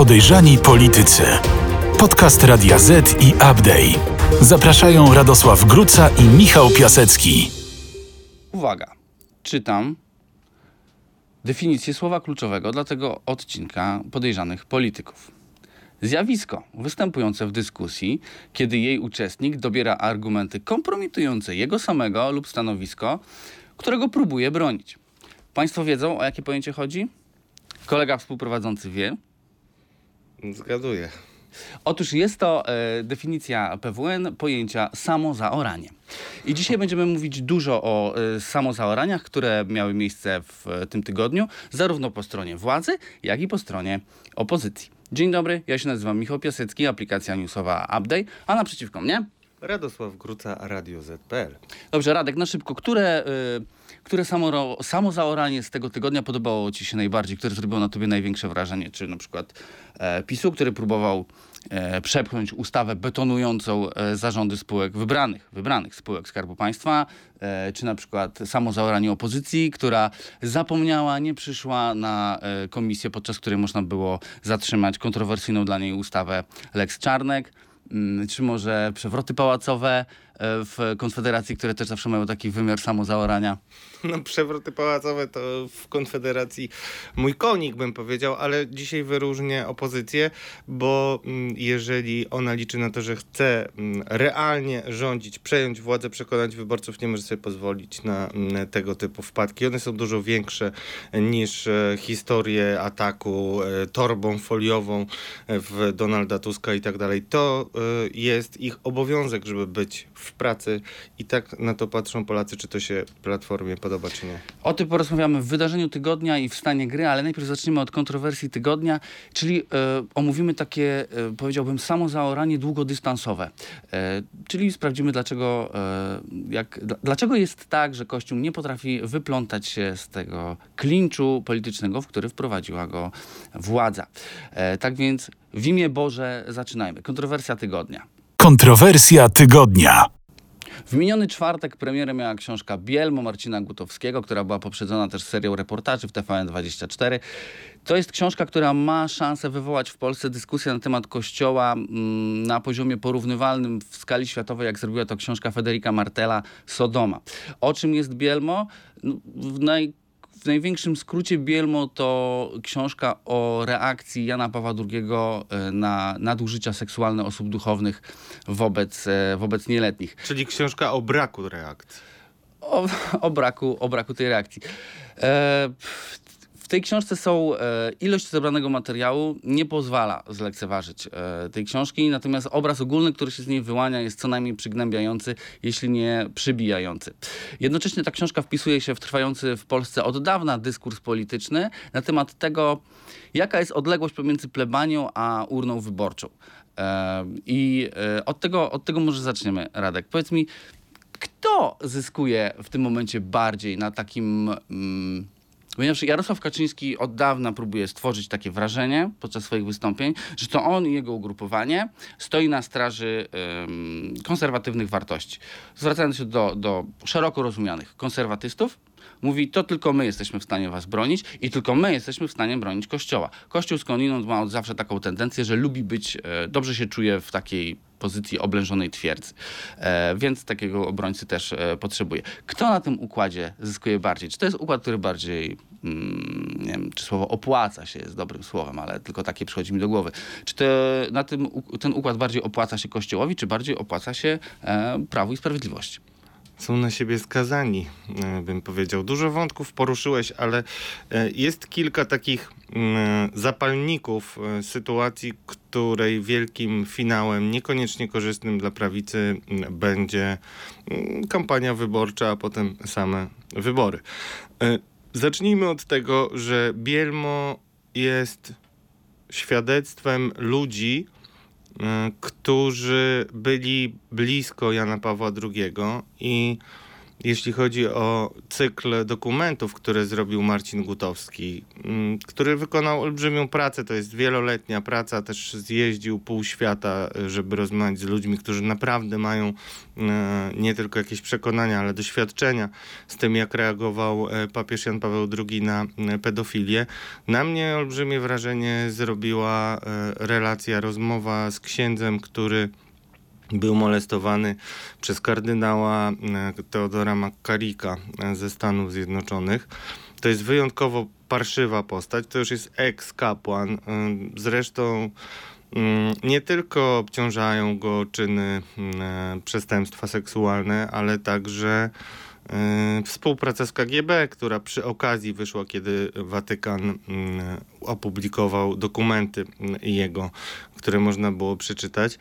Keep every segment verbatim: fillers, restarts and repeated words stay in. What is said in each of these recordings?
Podejrzani politycy. Podcast Radia Z i Update. Zapraszają Radosław Gruca i Michał Piasecki. Uwaga, czytam definicję słowa kluczowego dla tego odcinka podejrzanych polityków. Zjawisko występujące w dyskusji, kiedy jej uczestnik dobiera argumenty kompromitujące jego samego lub stanowisko, którego próbuje bronić. Państwo wiedzą, o jakie pojęcie chodzi? Kolega współprowadzący wie? Zgaduję. Otóż jest to e, definicja P W N pojęcia samozaoranie. I dzisiaj będziemy mówić dużo o e, samozaoraniach, które miały miejsce w e, tym tygodniu, zarówno po stronie władzy, jak i po stronie opozycji. Dzień dobry, ja się nazywam Michał Piasecki, aplikacja newsowa Update, a naprzeciwko mnie... Radosław Gruca, Radio Z kropka P L. Dobrze, Radek, na szybko, które, y, które samo, samozaoranie z tego tygodnia podobało Ci się najbardziej? Które zrobiło na Tobie największe wrażenie? Czy na przykład e, PiSu, który próbował e, przepchnąć ustawę betonującą e, zarządy spółek wybranych, wybranych spółek Skarbu Państwa, e, czy na przykład samozaoranie opozycji, która zapomniała, nie przyszła na e, komisję, podczas której można było zatrzymać kontrowersyjną dla niej ustawę Lex Czarnek, czy może przewroty pałacowe w Konfederacji, które też zawsze mają taki wymiar samozaorania? No przewroty pałacowe to w Konfederacji mój konik, bym powiedział, ale dzisiaj wyróżnię opozycję, bo jeżeli ona liczy na to, że chce realnie rządzić, przejąć władzę, przekonać wyborców, nie może sobie pozwolić na tego typu wpadki. One są dużo większe niż historie ataku torbą foliową w Donalda Tuska i tak dalej. To jest ich obowiązek, żeby być w pracy i tak na to patrzą Polacy, czy to się Platformie podoba, czy nie. O tym porozmawiamy w wydarzeniu tygodnia i w stanie gry, ale najpierw zaczniemy od kontrowersji tygodnia, czyli e, omówimy takie, e, powiedziałbym, samozaoranie długodystansowe. E, czyli sprawdzimy, dlaczego, e, jak, d- dlaczego jest tak, że Kościół nie potrafi wyplątać się z tego klinczu politycznego, w który wprowadziła go władza. E, tak więc w imię Boże zaczynajmy. Kontrowersja tygodnia. Kontrowersja tygodnia. W miniony czwartek premierę miała książka Bielmo Marcina Gutowskiego, która była poprzedzona też serią reportaży w T V N dwadzieścia cztery. To jest książka, która ma szansę wywołać w Polsce dyskusję na temat Kościoła mm, na poziomie porównywalnym w skali światowej, jak zrobiła to książka Federica Martella Sodoma. O czym jest Bielmo? No, w naj W największym skrócie Bielmo to książka o reakcji Jana Pawła drugiego na nadużycia seksualne osób duchownych wobec, wobec nieletnich. Czyli książka o braku reakcji. O, o, braku, o braku tej reakcji. E, w tej książce są, e, ilość zebranego materiału nie pozwala zlekceważyć e, tej książki, natomiast obraz ogólny, który się z niej wyłania, jest co najmniej przygnębiający, jeśli nie przybijający. Jednocześnie ta książka wpisuje się w trwający w Polsce od dawna dyskurs polityczny na temat tego, jaka jest odległość pomiędzy plebanią a urną wyborczą. E, I e, od tego, od tego może zaczniemy, Radek. Powiedz mi, kto zyskuje w tym momencie bardziej na takim... Mm, Ponieważ Jarosław Kaczyński od dawna próbuje stworzyć takie wrażenie podczas swoich wystąpień, że to on i jego ugrupowanie stoi na straży um, konserwatywnych wartości. Zwracając się do, do szeroko rozumianych konserwatystów, mówi, to tylko my jesteśmy w stanie was bronić i tylko my jesteśmy w stanie bronić Kościoła. Kościół skądinąd ma od zawsze taką tendencję, że lubi być, e, dobrze się czuje w takiej pozycji oblężonej twierdzy. E, więc takiego obrońcy też e, potrzebuje. Kto na tym układzie zyskuje bardziej? Czy to jest układ, który bardziej, mm, nie wiem, czy słowo opłaca się jest dobrym słowem, ale tylko takie przychodzi mi do głowy. Czy te, na tym, ten układ bardziej opłaca się Kościołowi, czy bardziej opłaca się e, Prawu i Sprawiedliwości? Są na siebie skazani, bym powiedział. Dużo wątków poruszyłeś, ale jest kilka takich zapalników sytuacji, której wielkim finałem, niekoniecznie korzystnym dla prawicy, będzie kampania wyborcza, a potem same wybory. Zacznijmy od tego, że Bielmo jest świadectwem ludzi, którzy byli blisko Jana Pawła drugiego i jeśli chodzi o cykl dokumentów, które zrobił Marcin Gutowski, mm, który wykonał olbrzymią pracę, to jest wieloletnia praca, też zjeździł pół świata, żeby rozmawiać z ludźmi, którzy naprawdę mają e, nie tylko jakieś przekonania, ale doświadczenia z tym, jak reagował e, papież Jan Paweł drugi na e, pedofilię. Na mnie olbrzymie wrażenie zrobiła e, relacja, rozmowa z księdzem, który był molestowany przez kardynała Teodora McCarricka ze Stanów Zjednoczonych. To jest wyjątkowo parszywa postać, to już jest eks-kapłan. Zresztą nie tylko obciążają go czyny przestępstwa seksualne, ale także współpraca z K G B, która przy okazji wyszła, kiedy Watykan opublikował dokumenty jego, które można było przeczytać.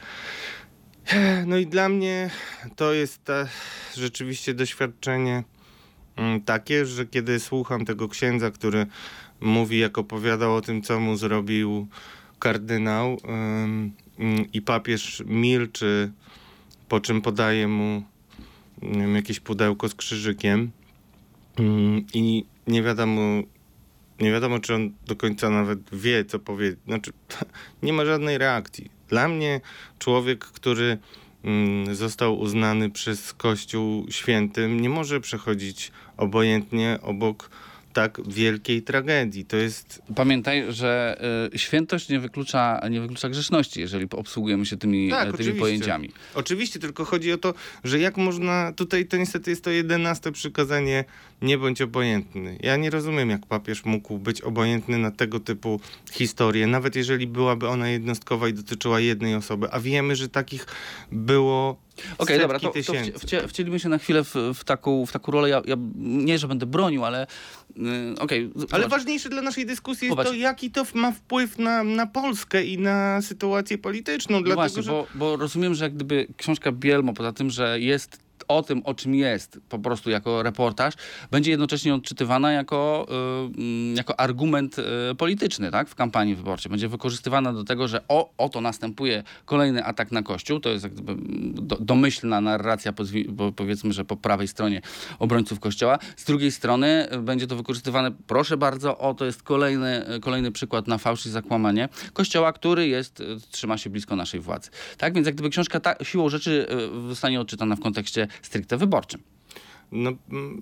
No i dla mnie to jest ta, rzeczywiście doświadczenie mm, takie, że kiedy słucham tego księdza, który mówi, jak opowiadał o tym, co mu zrobił kardynał ym, ym, i papież milczy, po czym podaje mu ym, jakieś pudełko z krzyżykiem ym, i nie wiadomo, nie wiadomo, czy on do końca nawet wie, co powie. Znaczy, nie ma żadnej reakcji. Dla mnie człowiek, który mm, został uznany przez Kościół świętym, nie może przechodzić obojętnie obok tak wielkiej tragedii. To jest... Pamiętaj, że y, świętość nie wyklucza, nie wyklucza grzeszności, jeżeli obsługujemy się tymi, Tak, tymi oczywiście. pojęciami. Oczywiście, tylko chodzi o to, że jak można... Tutaj to niestety jest to jedenaste przykazanie, nie bądź obojętny. Ja nie rozumiem, jak papież mógł być obojętny na tego typu historie, nawet jeżeli byłaby ona jednostkowa i dotyczyła jednej osoby, a wiemy, że takich było Okej, okay, dobra, to, to tysięcy. wcie, wcielimy się na chwilę w, w, taką, w taką rolę. Ja, ja nie, że będę bronił, ale yy, okej. Okay, ale ważniejsze dla naszej dyskusji jest Popatrz. to, jaki to ma wpływ na, na Polskę i na sytuację polityczną. No dlatego, właśnie, że... bo, bo rozumiem, że jak gdyby książka Bielmo, poza tym, że jest o tym, o czym jest, po prostu jako reportaż, będzie jednocześnie odczytywana jako, y, jako argument y, polityczny, tak, w kampanii wyborczej. Będzie wykorzystywana do tego, że o, oto następuje kolejny atak na Kościół. To jest jak gdyby do, domyślna narracja, bo powiedzmy, że po prawej stronie obrońców Kościoła. Z drugiej strony będzie to wykorzystywane, proszę bardzo, o, to jest kolejny, kolejny przykład na fałsz i zakłamanie Kościoła, który jest, trzyma się blisko naszej władzy. Tak, więc jak gdyby książka ta, siłą rzeczy zostanie odczytana w kontekście stricte wyborczym. No,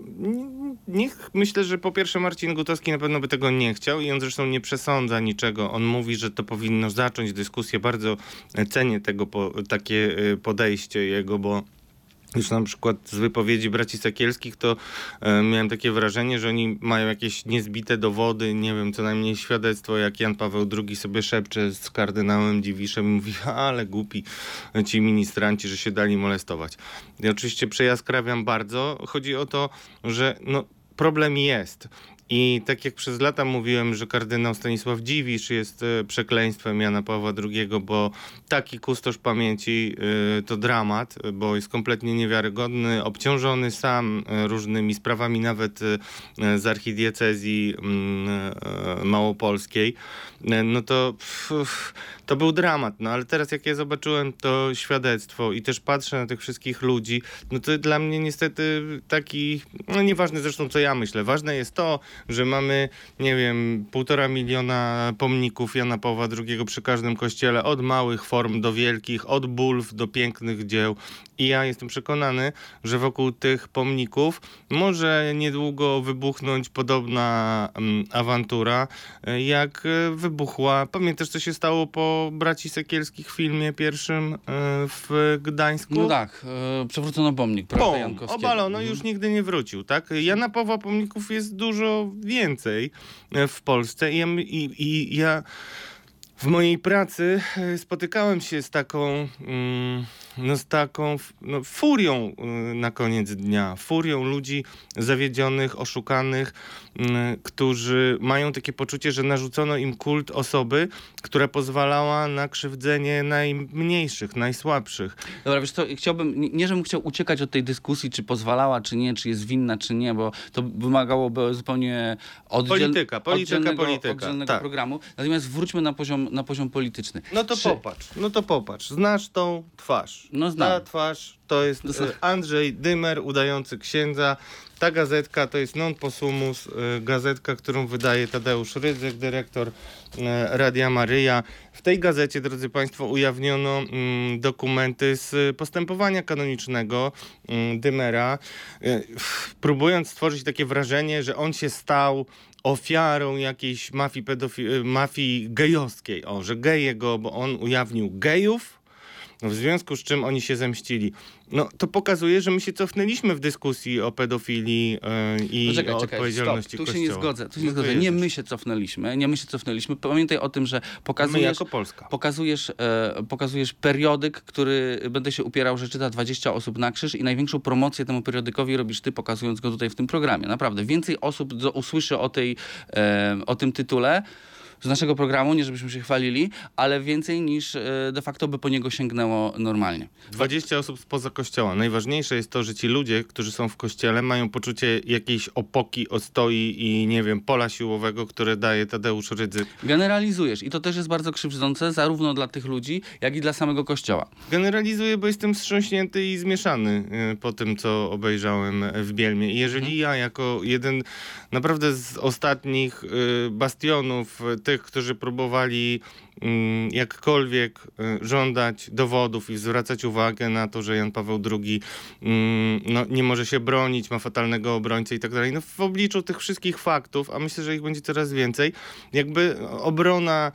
niech, myślę, że po pierwsze Marcin Gutowski na pewno by tego nie chciał i on zresztą nie przesądza niczego. On mówi, że to powinno zacząć dyskusję. Bardzo cenię tego, po, takie podejście jego, bo już na przykład z wypowiedzi braci Sekielskich to e, miałem takie wrażenie, że oni mają jakieś niezbite dowody, nie wiem, co najmniej świadectwo, jak Jan Paweł drugi sobie szepcze z kardynałem Dziwiszem i mówi, ale głupi ci ministranci, że się dali molestować. I oczywiście przejaskrawiam bardzo. Chodzi o to, że no, problem jest. I tak jak przez lata mówiłem, że kardynał Stanisław Dziwisz jest e, przekleństwem Jana Pawła drugiego, bo taki kustosz pamięci e, to dramat, bo jest kompletnie niewiarygodny, obciążony sam e, różnymi sprawami, nawet e, z archidiecezji e, małopolskiej, e, no to pff, to był dramat. No ale teraz jak ja zobaczyłem to świadectwo i też patrzę na tych wszystkich ludzi, no to dla mnie niestety taki, no nieważne zresztą co ja myślę, ważne jest to, że mamy, nie wiem, półtora miliona pomników Jana Pawła drugiego przy każdym kościele, od małych form do wielkich, od bulw do pięknych dzieł. I ja jestem przekonany, że wokół tych pomników może niedługo wybuchnąć podobna um, awantura, jak wybuchła. Pamiętasz, co się stało po braci Sekielskich filmie pierwszym y, w Gdańsku? No tak, y, przewrócono pomnik, prawda, Bom, Jankowskiego. obalono, już nigdy nie wrócił, tak? Jana Pawła pomników jest dużo więcej w Polsce i, i, i ja w mojej pracy spotykałem się z taką, no z taką no, furią na koniec dnia. Furią ludzi zawiedzionych, oszukanych, którzy mają takie poczucie, że narzucono im kult osoby, która pozwalała na krzywdzenie najmniejszych, najsłabszych. Dobra, wiesz co, chciałbym, nie żebym chciał uciekać od tej dyskusji, czy pozwalała, czy nie, czy jest winna, czy nie, bo to wymagałoby zupełnie oddziel... Polityka, polityka, oddzielnego, polityka. oddzielnego Tak. programu. Natomiast wróćmy na poziom poziom, na poziom polityczny. No to Czy... popatrz, no to popatrz. Znasz tą twarz. No znam. Ta twarz to jest No zna- e, Andrzej Dymer, udający księdza. Ta gazetka to jest non possumus, e, gazetka, którą wydaje Tadeusz Rydzyk, dyrektor e, Radia Maryja. W tej gazecie, drodzy Państwo, ujawniono mm, dokumenty z postępowania kanonicznego mm, Dymera, e, próbując stworzyć takie wrażenie, że on się stał ofiarą jakiejś mafii, pedofi- mafii gejowskiej. O, że geje go, bo on ujawnił gejów, w związku z czym oni się zemścili. No to pokazuje, że my się cofnęliśmy w dyskusji o pedofilii yy, i No czekaj, o czekaj, odpowiedzialności stop. Tu Kościoła. się nie zgodzę. Tu się nie No to zgodzę. Nie jedziesz. my się cofnęliśmy, nie my się cofnęliśmy. Pamiętaj o tym, że My pokazujesz, jako Polska. pokazujesz, e, pokazujesz periodyk, który będę się upierał, że czyta dwadzieścia osób na krzyż i największą promocję temu periodykowi robisz ty, pokazując go tutaj w tym programie. Naprawdę. Więcej osób do, usłyszy o, tej, e, o tym tytule z naszego programu, nie żebyśmy się chwalili, ale więcej niż e, de facto by po niego sięgnęło normalnie. dwadzieścia osób spoza kościoła. Najważniejsze jest to, że ci ludzie, którzy są w kościele, mają poczucie jakiejś opoki, ostoi i nie wiem, pola siłowego, które daje Tadeusz Rydzyk. Generalizujesz i to też jest bardzo krzywdzące zarówno dla tych ludzi, jak i dla samego Kościoła. Generalizuję, bo jestem wstrząśnięty i zmieszany y, po tym, co obejrzałem w Bielmie. I jeżeli ja jako jeden naprawdę z ostatnich y, bastionów, y, tych, którzy próbowali y, jakkolwiek y, żądać dowodów i zwracać uwagę na to, że Jan Paweł drugi y, no, nie może się bronić, ma fatalnego obrońcę i tak dalej, no w obliczu tych wszystkich faktów, a myślę, że ich będzie coraz więcej, jakby obrona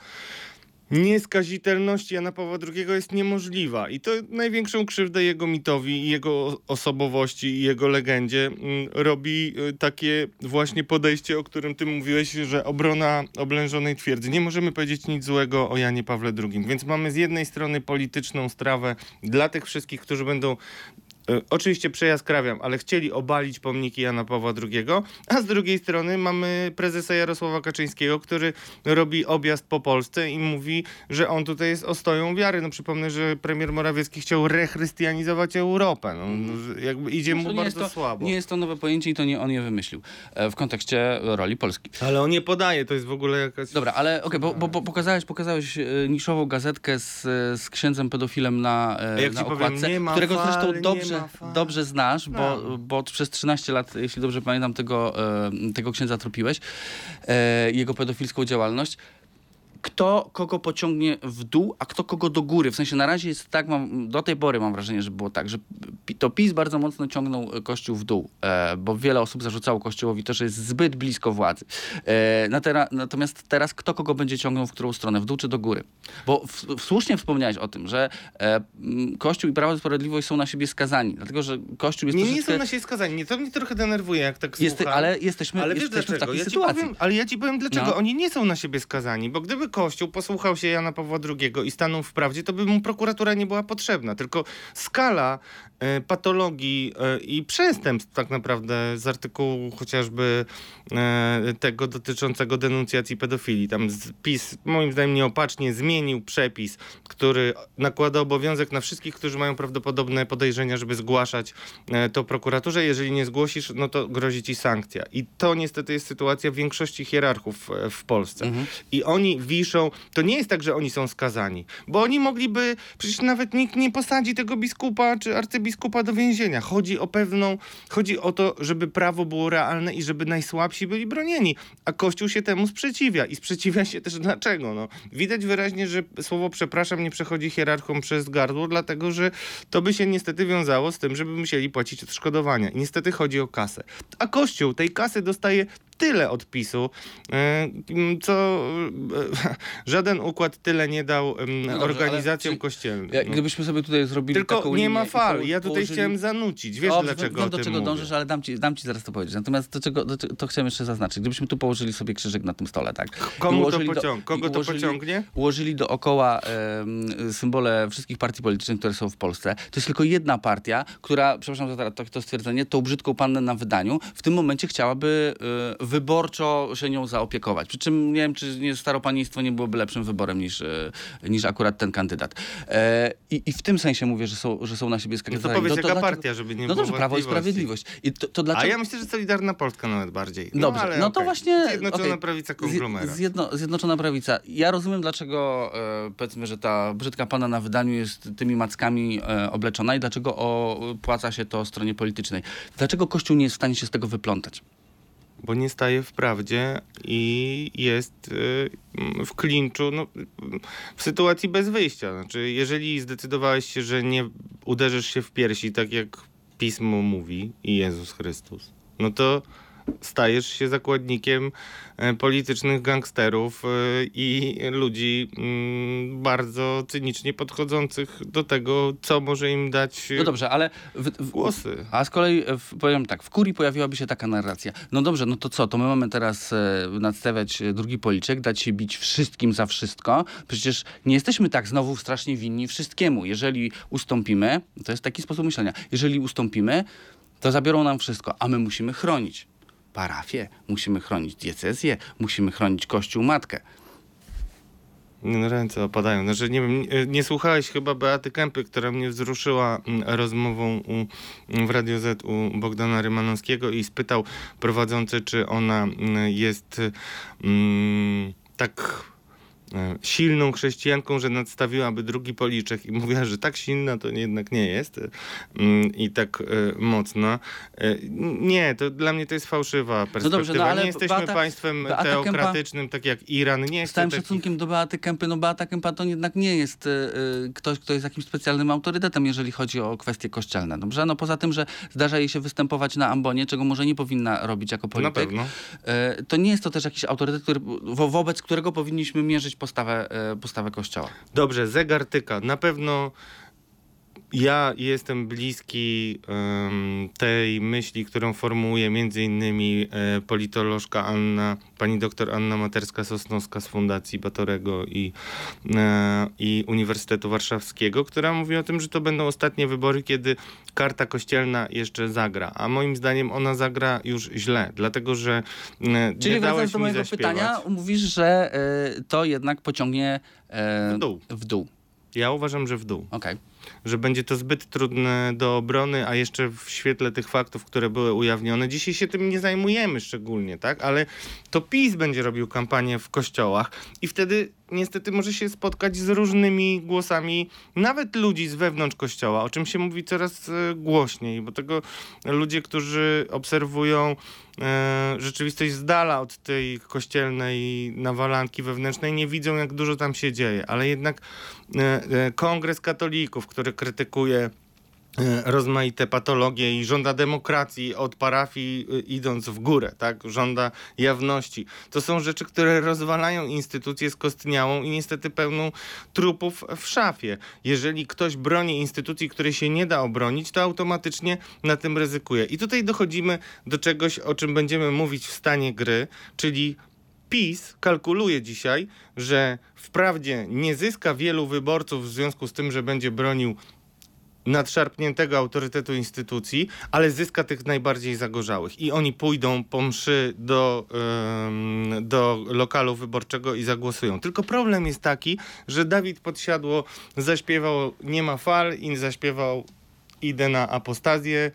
nieskazitelności Jana Pawła drugiego jest niemożliwa i to największą krzywdę jego mitowi i jego osobowości i jego legendzie mm, robi y, takie właśnie podejście, o którym ty mówiłeś, że obrona oblężonej twierdzy. Nie możemy powiedzieć nic złego o Janie Pawle drugim, więc mamy z jednej strony polityczną strawę dla tych wszystkich, którzy będą Y, oczywiście przejaskrawiam, ale chcieli obalić pomniki Jana Pawła drugiego, a z drugiej strony mamy prezesa Jarosława Kaczyńskiego, który robi objazd po Polsce i mówi, że on tutaj jest ostoją wiary. No przypomnę, że premier Morawiecki chciał rechrystianizować Europę. No, no, jakby idzie mu To nie bardzo jest to, słabo. Nie jest to nowe pojęcie i to nie on je wymyślił e, w kontekście roli Polski. Ale on nie podaje, to jest w ogóle jakaś... Dobra, ale okej, bo, bo, bo pokazałeś, pokazałeś e, niszową gazetkę z, z księdzem pedofilem na, e, Jak na ci powiem, okładce, nie ma którego fal, zresztą nie dobrze, ma fal. dobrze znasz, bo, No. bo przez trzynaście lat, jeśli dobrze pamiętam, tego, e, tego księdza tropiłeś, e, jego pedofilską działalność. Kto kogo pociągnie w dół, a kto kogo do góry. W sensie na razie jest tak, mam, do tej pory mam wrażenie, że było tak, że pi- to PiS bardzo mocno ciągnął Kościół w dół, e, bo wiele osób zarzucało Kościołowi to, że jest zbyt blisko władzy. E, na tera, natomiast teraz kto kogo będzie ciągnął w którą stronę, w dół czy do góry? Bo w, w, słusznie wspomniałeś o tym, że e, m, Kościół i Prawo i Sprawiedliwość są na siebie skazani, dlatego że Kościół jest Nie, nie troszeczkę... są na siebie skazani. Nie, to mnie trochę denerwuje, jak tak jest, słucham. ale jesteśmy, Ale wiesz jesteśmy w dlaczego? takiej Ja ci sytuacji. powiem, ale ja ci powiem dlaczego. No. Oni nie są na siebie skazani, bo gdyby Kościół posłuchał się Jana Pawła drugiego i stanął w prawdzie, to by mu prokuratura nie była potrzebna. Tylko skala e, patologii e, i przestępstw tak naprawdę z artykułu chociażby e, tego dotyczącego denuncjacji pedofilii. Tam z- PiS moim zdaniem nieopatrznie zmienił przepis, który nakłada obowiązek na wszystkich, którzy mają prawdopodobne podejrzenia, żeby zgłaszać e, to prokuraturze. Jeżeli nie zgłosisz, no to grozi ci sankcja. I to niestety jest sytuacja większości hierarchów e, w Polsce. Mhm. I oni wiszą, to nie jest tak, że oni są skazani, bo oni mogliby, przecież nawet nikt nie posadzi tego biskupa czy arcybiskupa do więzienia. Chodzi o pewną, chodzi o to, żeby prawo było realne i żeby najsłabsi byli bronieni, a Kościół się temu sprzeciwia i sprzeciwia się też dlaczego? No, widać wyraźnie, że słowo przepraszam nie przechodzi hierarchom przez gardło, dlatego że to by się niestety wiązało z tym, żeby musieli płacić odszkodowania. I niestety chodzi o kasę. A Kościół tej kasy dostaje tyle od PiSu, e, co e, żaden układ tyle nie dał em, dobrze, organizacjom ale czy- kościelnym. Ja, No. gdybyśmy sobie tutaj zrobili Tylko taką nie linię ma i fal. po- Ja tutaj położyli- chciałem zanucić. Wiesz Dobrze, dlaczego wiem, o do tym czego mówię. dążysz, ale dam ci, dam ci zaraz to powiedzieć. Natomiast do czego, do, czego- to chciałem jeszcze zaznaczyć. Gdybyśmy tu położyli sobie krzyżyk na tym stole, tak? Komu I to ułożyli do- pociąg- kogo i to ułożyli- pociągnie? Ułożyli dookoła em, symbole wszystkich partii politycznych, które są w Polsce. To jest tylko jedna partia, która, przepraszam za to, to stwierdzenie, tą brzydką pannę na wydaniu w tym momencie chciałaby e, wyborczo się nią zaopiekować. Przy czym nie wiem, czy nie, staropanieństwo nie byłoby lepszym wyborem niż, e, niż akurat ten kandydat. E, i, I w tym sensie mówię, że są, że są na siebie No skazani. to powiedz, to, jaka dlaczego- partia, żeby nie No było dobrze, Prawo i wątpliwości. Sprawiedliwość. I to, to A dlaczego... ja myślę, że Solidarna Polska nawet bardziej. No, Dobrze, ale no to okej. właśnie... Zjednoczona okej. Prawica Zje- konglomerat. Zjedno, Zjednoczona Prawica. Ja rozumiem, dlaczego e, powiedzmy, że ta brzydka pana na wydaniu jest tymi mackami e, obleczona i dlaczego opłaca się to stronie politycznej. Dlaczego Kościół nie jest w stanie się z tego wyplątać? Bo nie staje w prawdzie i jest y, w klinczu, no, w sytuacji bez wyjścia. Znaczy, jeżeli zdecydowałeś się, że nie uderzysz się w piersi, tak jak Pismo mówi i Jezus Chrystus, no to stajesz się zakładnikiem e, politycznych gangsterów e, i ludzi mm, bardzo cynicznie podchodzących do tego, co może im dać e, No dobrze, ale... W, w, głosy. A z kolei, w, powiem tak, w kurii pojawiłaby się taka narracja. No dobrze, no to co, to my mamy teraz e, nadstawiać drugi policzek, dać się bić wszystkim za wszystko. Przecież nie jesteśmy tak znowu strasznie winni wszystkiemu. Jeżeli ustąpimy, to jest taki sposób myślenia, jeżeli ustąpimy, to zabiorą nam wszystko, a my musimy chronić parafię, musimy chronić diecezję, musimy chronić Kościół Matkę. No, ręce opadają. Znaczy, nie wiem, nie, nie słuchałeś chyba Beaty Kępy, która mnie wzruszyła mm, rozmową u, w Radio Z u Bogdana Rymanowskiego i spytał prowadzący, czy ona mm, jest mm, tak e, silną chrześcijanką, że nadstawiłaby drugi policzek i mówiła, że tak silna to jednak nie jest mm, i tak e, mocna. E, nie, to dla mnie to jest fałszywa perspektywa. dobrze, no ale nie jesteśmy Beata- państwem Beata Kępa- teokratycznym, tak jak Iran. Nie Z chcę całym takich... szacunkiem do Beaty Kępy, no Beata Kępa to jednak nie jest y, y, ktoś, kto jest jakimś specjalnym autorytetem, jeżeli chodzi o kwestie kościelne. Dobrze? No poza tym, że zdarza jej się występować na ambonie, czego może nie powinna robić jako Na polityk. pewno. Y, to nie jest to też jakiś autorytet, który, wo, wobec którego powinniśmy mierzyć postawę, y, postawę Kościoła. Dobrze, zegar tyka. Na pewno ja jestem bliski um, tej myśli, którą formułuje między innymi e, politolożka Anna, pani doktor Anna Materska-Sosnowska z Fundacji Batorego i, e, i Uniwersytetu Warszawskiego, która mówi o tym, że to będą ostatnie wybory, kiedy karta kościelna jeszcze zagra. A moim zdaniem ona zagra już źle, dlatego że e, Czyli nie wracając dałeś do mi mojego zaśpiewać. pytania, mówisz, że y, to jednak pociągnie y, W dół. w dół. Ja uważam, że w dół. Okej. Że będzie to zbyt trudne do obrony, a jeszcze w świetle tych faktów, które były ujawnione. Dzisiaj się tym nie zajmujemy szczególnie, tak? Ale to PiS będzie robił kampanię w kościołach i wtedy niestety może się spotkać z różnymi głosami, nawet ludzi z wewnątrz kościoła, o czym się mówi coraz e, głośniej, bo tego ludzie, którzy obserwują e, rzeczywistość z dala od tej kościelnej nawalanki wewnętrznej, nie widzą, jak dużo tam się dzieje, ale jednak e, e, Kongres Katolików, który krytykuje e, rozmaite patologie i żąda demokracji od parafii e, idąc w górę, tak? Żąda jawności. To są rzeczy, które rozwalają instytucję skostniałą i niestety pełną trupów w szafie. Jeżeli ktoś broni instytucji, której się nie da obronić, to automatycznie na tym ryzykuje. I tutaj dochodzimy do czegoś, o czym będziemy mówić w stanie gry, czyli PiS kalkuluje dzisiaj, że wprawdzie nie zyska wielu wyborców w związku z tym, że będzie bronił nadszarpniętego autorytetu instytucji, ale zyska tych najbardziej zagorzałych. I oni pójdą po mszy do, ym, do lokalu wyborczego i zagłosują. Tylko problem jest taki, że Dawid Podsiadło zaśpiewał Nie ma fal i zaśpiewał Idę na apostazję,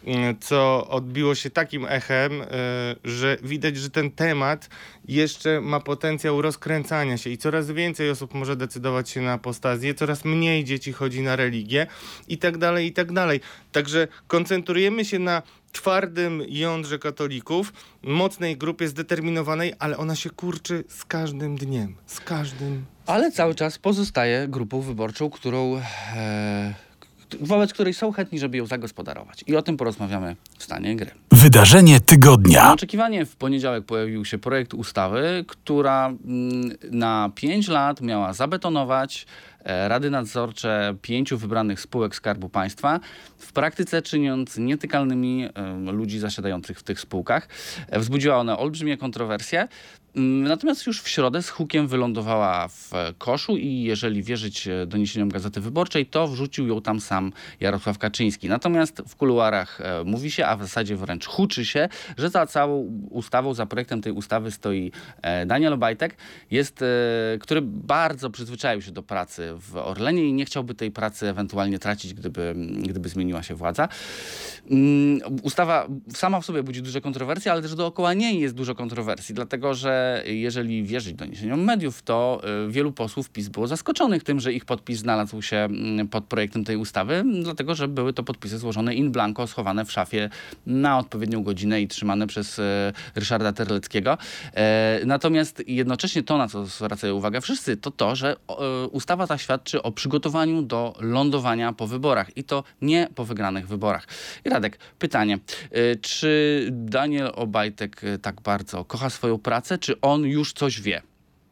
co odbiło się takim echem, że widać, że ten temat jeszcze ma potencjał rozkręcania się i coraz więcej osób może decydować się na apostazję, coraz mniej dzieci chodzi na religię i tak dalej, i tak dalej. Także koncentrujemy się na twardym jądrze katolików, mocnej grupie zdeterminowanej, ale ona się kurczy z każdym dniem, z każdym. Ale cały czas pozostaje grupą wyborczą, którą... E... wobec której są chętni, żeby ją zagospodarować. I o tym porozmawiamy w stanie gry. Wydarzenie tygodnia. Nieoczekiwanie w poniedziałek pojawił się projekt ustawy, która mm, na pięć lat miała zabetonować e, rady nadzorcze pięciu wybranych spółek Skarbu Państwa, w praktyce czyniąc nietykalnymi e, ludzi zasiadających w tych spółkach. E, wzbudziła ona olbrzymie kontrowersje. Natomiast już w środę z hukiem wylądowała w koszu i jeżeli wierzyć doniesieniom Gazety Wyborczej, to wrzucił ją tam sam Jarosław Kaczyński. Natomiast w kuluarach e, mówi się, a w zasadzie wręcz huczy się, że za całą ustawą, za projektem tej ustawy stoi e, Daniel Obajtek, jest, e, który bardzo przyzwyczaił się do pracy w Orlenie i nie chciałby tej pracy ewentualnie tracić, gdyby, gdyby zmieniła się władza. Um, ustawa sama w sobie budzi duże kontrowersje, ale też dookoła niej jest dużo kontrowersji, dlatego że jeżeli wierzyć doniesieniom mediów, to y, wielu posłów PiS było zaskoczonych tym, że ich podpis znalazł się y, pod projektem tej ustawy, dlatego że były to podpisy złożone in blanco, schowane w szafie na odpowiednią godzinę i trzymane przez y, Ryszarda Terleckiego. E, natomiast jednocześnie to, na co zwracają uwagę wszyscy, to to, że y, ustawa ta świadczy o przygotowaniu do lądowania po wyborach i to nie po wygranych wyborach. I Radek, pytanie, y, czy Daniel Obajtek y, tak bardzo kocha swoją pracę, czy on już coś wie?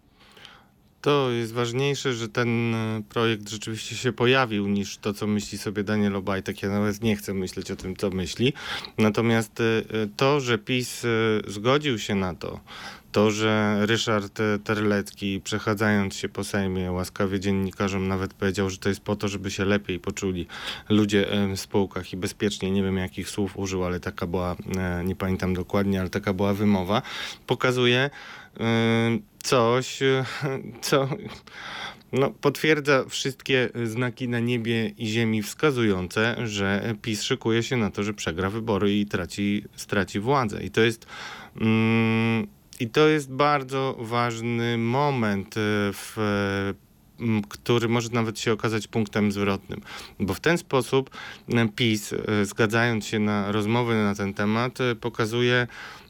To jest ważniejsze, że ten projekt rzeczywiście się pojawił, niż to, co myśli sobie Daniel Obajtek. Ja nawet nie chcę myśleć o tym, co myśli. Natomiast to, że PiS zgodził się na to, to, że Ryszard Terlecki, przechadzając się po Sejmie, łaskawie dziennikarzom nawet powiedział, że to jest po to, żeby się lepiej poczuli ludzie w spółkach i bezpiecznie, nie wiem jakich słów użył, ale taka była, nie pamiętam dokładnie, ale taka była wymowa, pokazuje coś, co no, potwierdza wszystkie znaki na niebie i ziemi wskazujące, że PiS szykuje się na to, że przegra wybory i traci, straci władzę. I to jest... Mm, I to jest bardzo ważny moment, w, który może nawet się okazać punktem zwrotnym. Bo w ten sposób PiS, zgadzając się na rozmowy na ten temat, pokazuje,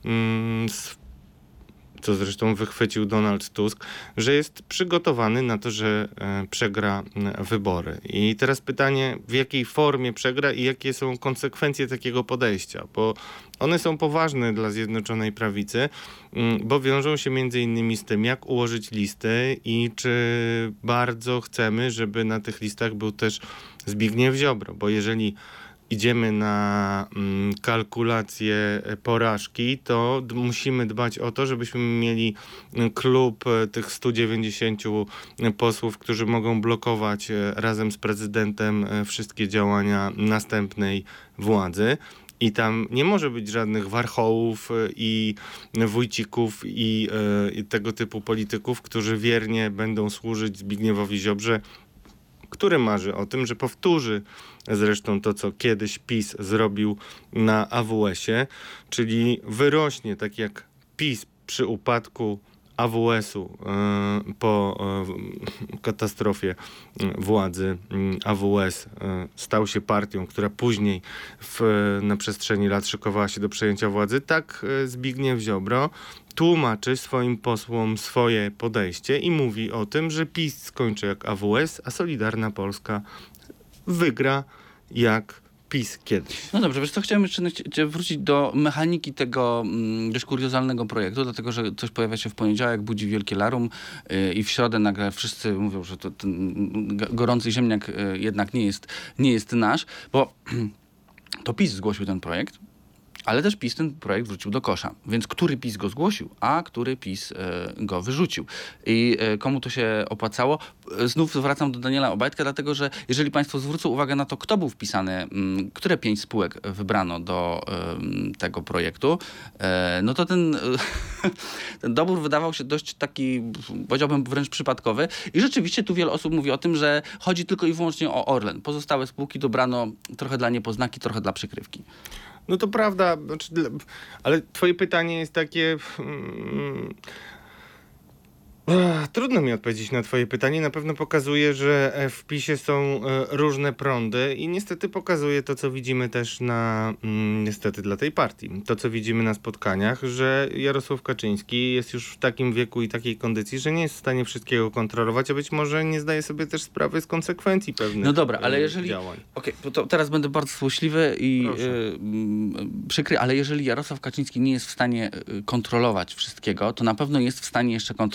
co zresztą wychwycił Donald Tusk, że jest przygotowany na to, że przegra wybory. I teraz pytanie, w jakiej formie przegra i jakie są konsekwencje takiego podejścia, bo one są poważne dla Zjednoczonej Prawicy, bo wiążą się między innymi z tym, jak ułożyć listy i czy bardzo chcemy, żeby na tych listach był też Zbigniew Ziobro, bo jeżeli idziemy na mm, kalkulację porażki, to d- musimy dbać o to, żebyśmy mieli klub tych stu dziewięćdziesięciu posłów, którzy mogą blokować razem z prezydentem wszystkie działania następnej władzy. I tam nie może być żadnych warchołów i wójcików i, i tego typu polityków, którzy wiernie będą służyć Zbigniewowi Ziobrze, który marzy o tym, że powtórzy zresztą to, co kiedyś PiS zrobił na A W S-ie, czyli wyrośnie tak jak PiS przy upadku A W S-u y, po y, katastrofie władzy A W S y, stał się partią, która później w, na przestrzeni lat szykowała się do przejęcia władzy, tak y, Zbigniew Ziobro tłumaczy swoim posłom swoje podejście i mówi o tym, że PiS skończy jak A W S, a Solidarna Polska wygra jak PiS kiedyś. No dobrze, wiesz co, chciałem jeszcze wrócić do mechaniki tego mm, dość kuriozalnego projektu, dlatego, że coś pojawia się w poniedziałek, budzi wielkie larum yy, i w środę nagle wszyscy mówią, że to ten gorący ziemniak yy, jednak nie jest, nie jest nasz, bo to PiS zgłosił ten projekt, ale też PiS ten projekt wrzucił do kosza. Więc który PiS go zgłosił, a który PiS e, go wyrzucił. I e, komu to się opłacało? E, znów wracam do Daniela Obajtka, dlatego że jeżeli państwo zwrócą uwagę na to, kto był wpisany, m, które pięć spółek wybrano do e, tego projektu, e, no to ten, e, ten dobór wydawał się dość taki, powiedziałbym wręcz przypadkowy. I rzeczywiście tu wiele osób mówi o tym, że chodzi tylko i wyłącznie o Orlen. Pozostałe spółki dobrano trochę dla niepoznaki, trochę dla przykrywki. No to prawda, znaczy, ale twoje pytanie jest takie... Hmm, Ech, trudno mi odpowiedzieć na twoje pytanie. Na pewno pokazuje, że w PiSie są e, różne prądy i niestety pokazuje to, co widzimy też na, mm, niestety dla tej partii, to, co widzimy na spotkaniach, że Jarosław Kaczyński jest już w takim wieku i takiej kondycji, że nie jest w stanie wszystkiego kontrolować, a być może nie zdaje sobie też sprawy z konsekwencji pewnych No dobra, ale jeżeli... działań. Okej, okay, to teraz będę bardzo złośliwy i y, y, przykry, ale jeżeli Jarosław Kaczyński nie jest w stanie kontrolować wszystkiego, to na pewno jest w stanie jeszcze kontrolować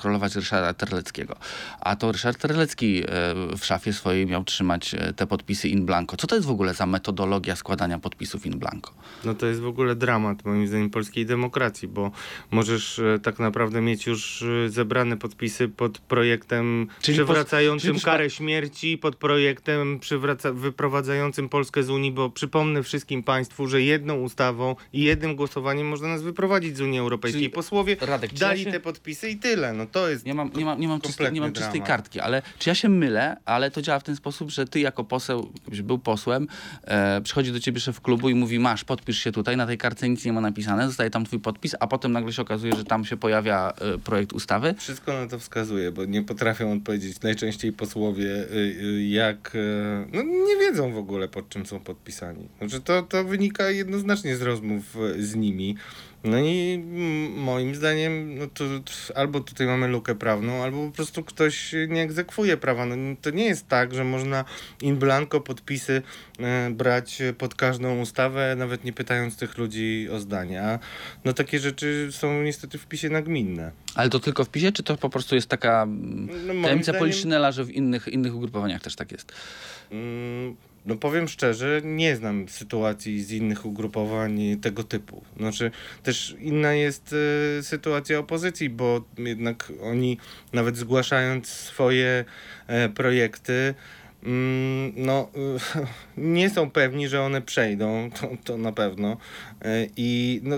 Ryszarda Terleckiego. A to Ryszard Terlecki w szafie swojej miał trzymać te podpisy in blanco. Co to jest w ogóle za metodologia składania podpisów in blanco? No to jest w ogóle dramat, moim zdaniem, polskiej demokracji, bo możesz e, tak naprawdę mieć już e, zebrane podpisy pod projektem Czyli przywracającym pos- czyli karę śmierci, pod projektem przywraca- wyprowadzającym Polskę z Unii, bo przypomnę wszystkim państwu, że jedną ustawą i jednym głosowaniem można nas wyprowadzić z Unii Europejskiej. Czyli, Posłowie Radek, czy dali ja się- te podpisy i tyle. No to jest Nie mam, nie mam, nie mam, czystej, kompletny nie mam czystej dramat. kartki, ale czy ja się mylę, ale to działa w ten sposób, że ty jako poseł, jakbyś był posłem, e, przychodzi do ciebie szef klubu i mówi, masz, podpisz się tutaj, na tej kartce nic nie ma napisane, zostaje tam twój podpis, a potem nagle się okazuje, że tam się pojawia e, projekt ustawy. Wszystko na to wskazuje, bo nie potrafią odpowiedzieć najczęściej posłowie, y, y, jak... y, No nie wiedzą w ogóle, pod czym są podpisani. Znaczy to, to wynika jednoznacznie z rozmów y, z nimi. No i mm, moim zdaniem no to, to albo tutaj mamy lukę prawną, albo po prostu ktoś nie egzekwuje prawa. No, to nie jest tak, że można in blanco podpisy e, brać pod każdą ustawę, nawet nie pytając tych ludzi o zdanie. A no takie rzeczy są niestety w PiSie nagminne. Ale to tylko w PiSie, czy to po prostu jest taka mm, No, moim tajemnica zdaniem- poliszynela, że w innych, innych ugrupowaniach też tak jest? Mm, No powiem szczerze, nie znam sytuacji z innych ugrupowań tego typu. Znaczy też inna jest y, sytuacja opozycji, bo jednak oni nawet zgłaszając swoje e, projekty, mm, no y, nie są pewni, że one przejdą, to, to na pewno. E, I no...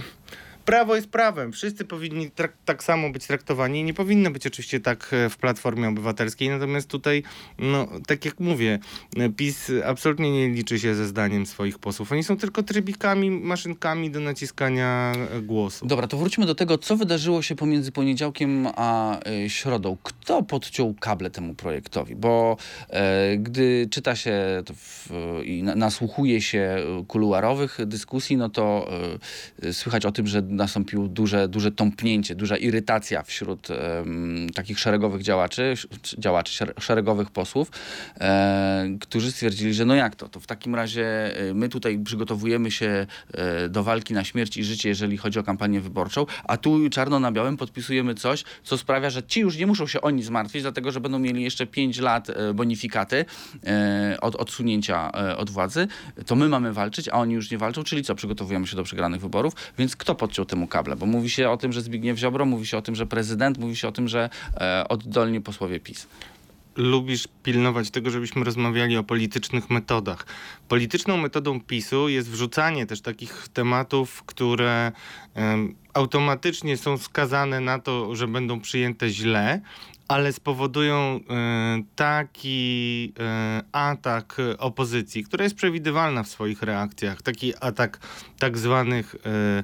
Prawo jest prawem. Wszyscy powinni trak- tak samo być traktowani. Nie powinno być oczywiście tak e, w Platformie Obywatelskiej. Natomiast tutaj, no, tak jak mówię, e, PiS absolutnie nie liczy się ze zdaniem swoich posłów. Oni są tylko trybikami, maszynkami do naciskania e, głosu. Dobra, to wróćmy do tego, co wydarzyło się pomiędzy poniedziałkiem a y, środą. Kto podciął kable temu projektowi? Bo e, gdy czyta się to w, i na, nasłuchuje się kuluarowych dyskusji, no to e, słychać o tym, że nastąpiło duże, duże tąpnięcie, duża irytacja wśród em, takich szeregowych działaczy, działaczy, szer- szeregowych posłów, e, którzy stwierdzili, że no jak to? To w takim razie e, my tutaj przygotowujemy się e, do walki na śmierć i życie, jeżeli chodzi o kampanię wyborczą, a tu czarno na białym podpisujemy coś, co sprawia, że ci już nie muszą się oni zmartwić, dlatego że będą mieli jeszcze pięć lat e, bonifikaty e, od odsunięcia e, od władzy. To my mamy walczyć, a oni już nie walczą, czyli co? Przygotowujemy się do przegranych wyborów, więc kto podciął temu kable? Bo mówi się o tym, że Zbigniew Ziobro, mówi się o tym, że prezydent, mówi się o tym, że e, oddolni posłowie PiS. Lubisz pilnować tego, żebyśmy rozmawiali o politycznych metodach. Polityczną metodą PiSu jest wrzucanie też takich tematów, które um, automatycznie są skazane na to, że będą przyjęte źle, ale spowodują e, taki e, atak opozycji, która jest przewidywalna w swoich reakcjach. Taki atak tak zwanych e,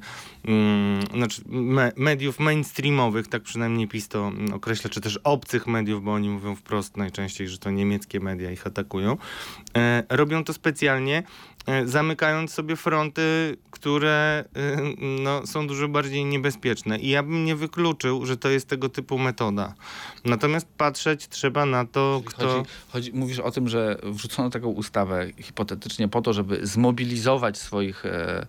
mm, znaczy me, mediów mainstreamowych, tak przynajmniej PiS to określa, czy też obcych mediów, bo oni mówią wprost najczęściej, że to niemieckie media ich atakują. E, robią to specjalnie, e, zamykając sobie fronty, które e, no, są dużo bardziej niebezpieczne. I ja bym nie wykluczył, że to jest tego typu metoda. Natomiast patrzeć trzeba na to, kto... Chodzi, chodzi, mówisz o tym, że wrzucono taką ustawę hipotetycznie po to, żeby zmobilizować swoich... E,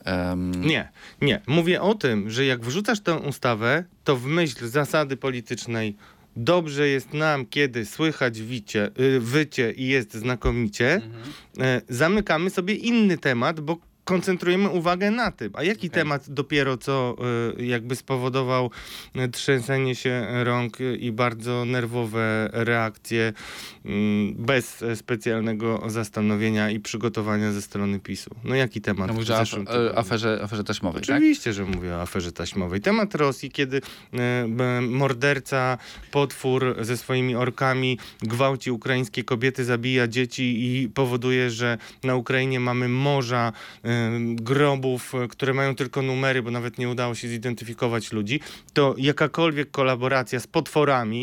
em, Nie, nie. Mówię o tym, że jak wrzucasz tę ustawę, to w myśl zasady politycznej dobrze jest nam, kiedy słychać wicie, y, wycie i jest znakomicie, Mhm. e, zamykamy sobie inny temat, bo koncentrujemy uwagę na tym. A jaki Okej. temat dopiero co y, jakby spowodował y, trzęsenie się rąk y, i bardzo nerwowe reakcje y, bez e, specjalnego zastanowienia i przygotowania ze strony PiSu? No jaki temat? no w mówisz o zeszłym af- e, tygodniu? aferze, aferze taśmowej, tak? Oczywiście, że mówię o aferze taśmowej. Temat Rosji, kiedy e, b- morderca, potwór ze swoimi orkami gwałci ukraińskie kobiety, zabija dzieci i powoduje, że na Ukrainie mamy morza e, grobów, e, które mają tylko numery, bo nawet nie udało się zidentyfikować ludzi, to jakakolwiek kolaboracja z potworami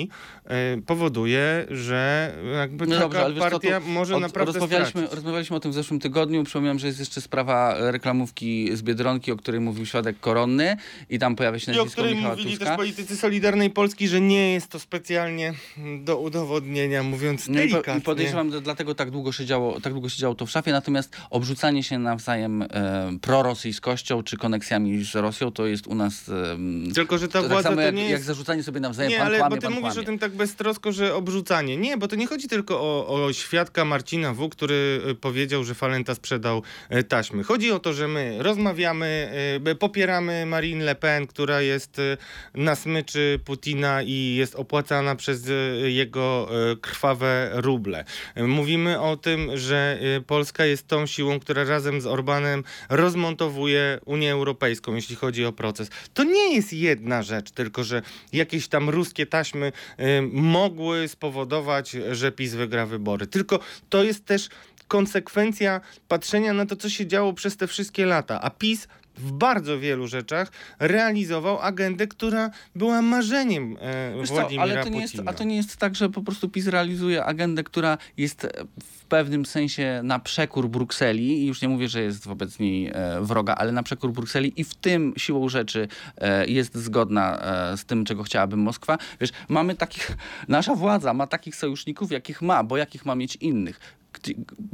y, powoduje, że jakby No taka dobrze, ale wiesz co, partia tu może od, naprawdę rozmawialiśmy, stracić. rozmawialiśmy o tym w zeszłym tygodniu. Przypomniałem, że jest jeszcze sprawa reklamówki z Biedronki, o której mówił świadek koronny i tam pojawia się I o nazwisko której Michała mówili Tuska. też politycy Solidarnej Polski, że nie jest to specjalnie do udowodnienia, mówiąc No i, po, delikatnie. i podejrzewam, że dlatego tak długo się działo, tak długo się działo to w szafie. Natomiast obrzucanie się nawzajem e, prorosyjskością czy koneksjami z Rosją to jest u nas e, Tylko, że ta to tak władza samo to jak, nie jak jest... zarzucanie sobie nawzajem Nie, pan ale kłamie, bo ty pan mówisz kłamie. o tym tak beztrosko, że obrzucanie. Nie, bo to nie chodzi tylko o, o świadka Marcina W., który y, powiedział, że Falenta sprzedał y, taśmy. Chodzi o to, że my rozmawiamy, y, popieramy Marine Le Pen, która jest y, na smyczy Putina i jest opłacana przez y, jego y, krwawe ruble. Y, mówimy o tym, że y, Polska jest tą siłą, która razem z Orbanem rozmontowuje Unię Europejską, jeśli chodzi o proces. To nie jest jedna rzecz, tylko że jakieś tam ruskie taśmy y, mogły spowodować, że PiS wygra wybory. Tylko to jest też konsekwencja patrzenia na to, co się działo przez te wszystkie lata. A PiS w bardzo wielu rzeczach realizował agendę, która była marzeniem e, Wiesz co, Władimira ale to nie jest, Putina. a to nie jest tak, że po prostu PiS realizuje agendę, która jest w pewnym sensie na przekór Brukseli i już nie mówię, że jest wobec niej e, wroga, ale na przekór Brukseli i w tym siłą rzeczy e, jest zgodna e, z tym, czego chciałaby Moskwa. Wiesz, mamy takich, nasza władza ma takich sojuszników, jakich ma, bo jakich ma mieć innych. Gdzie-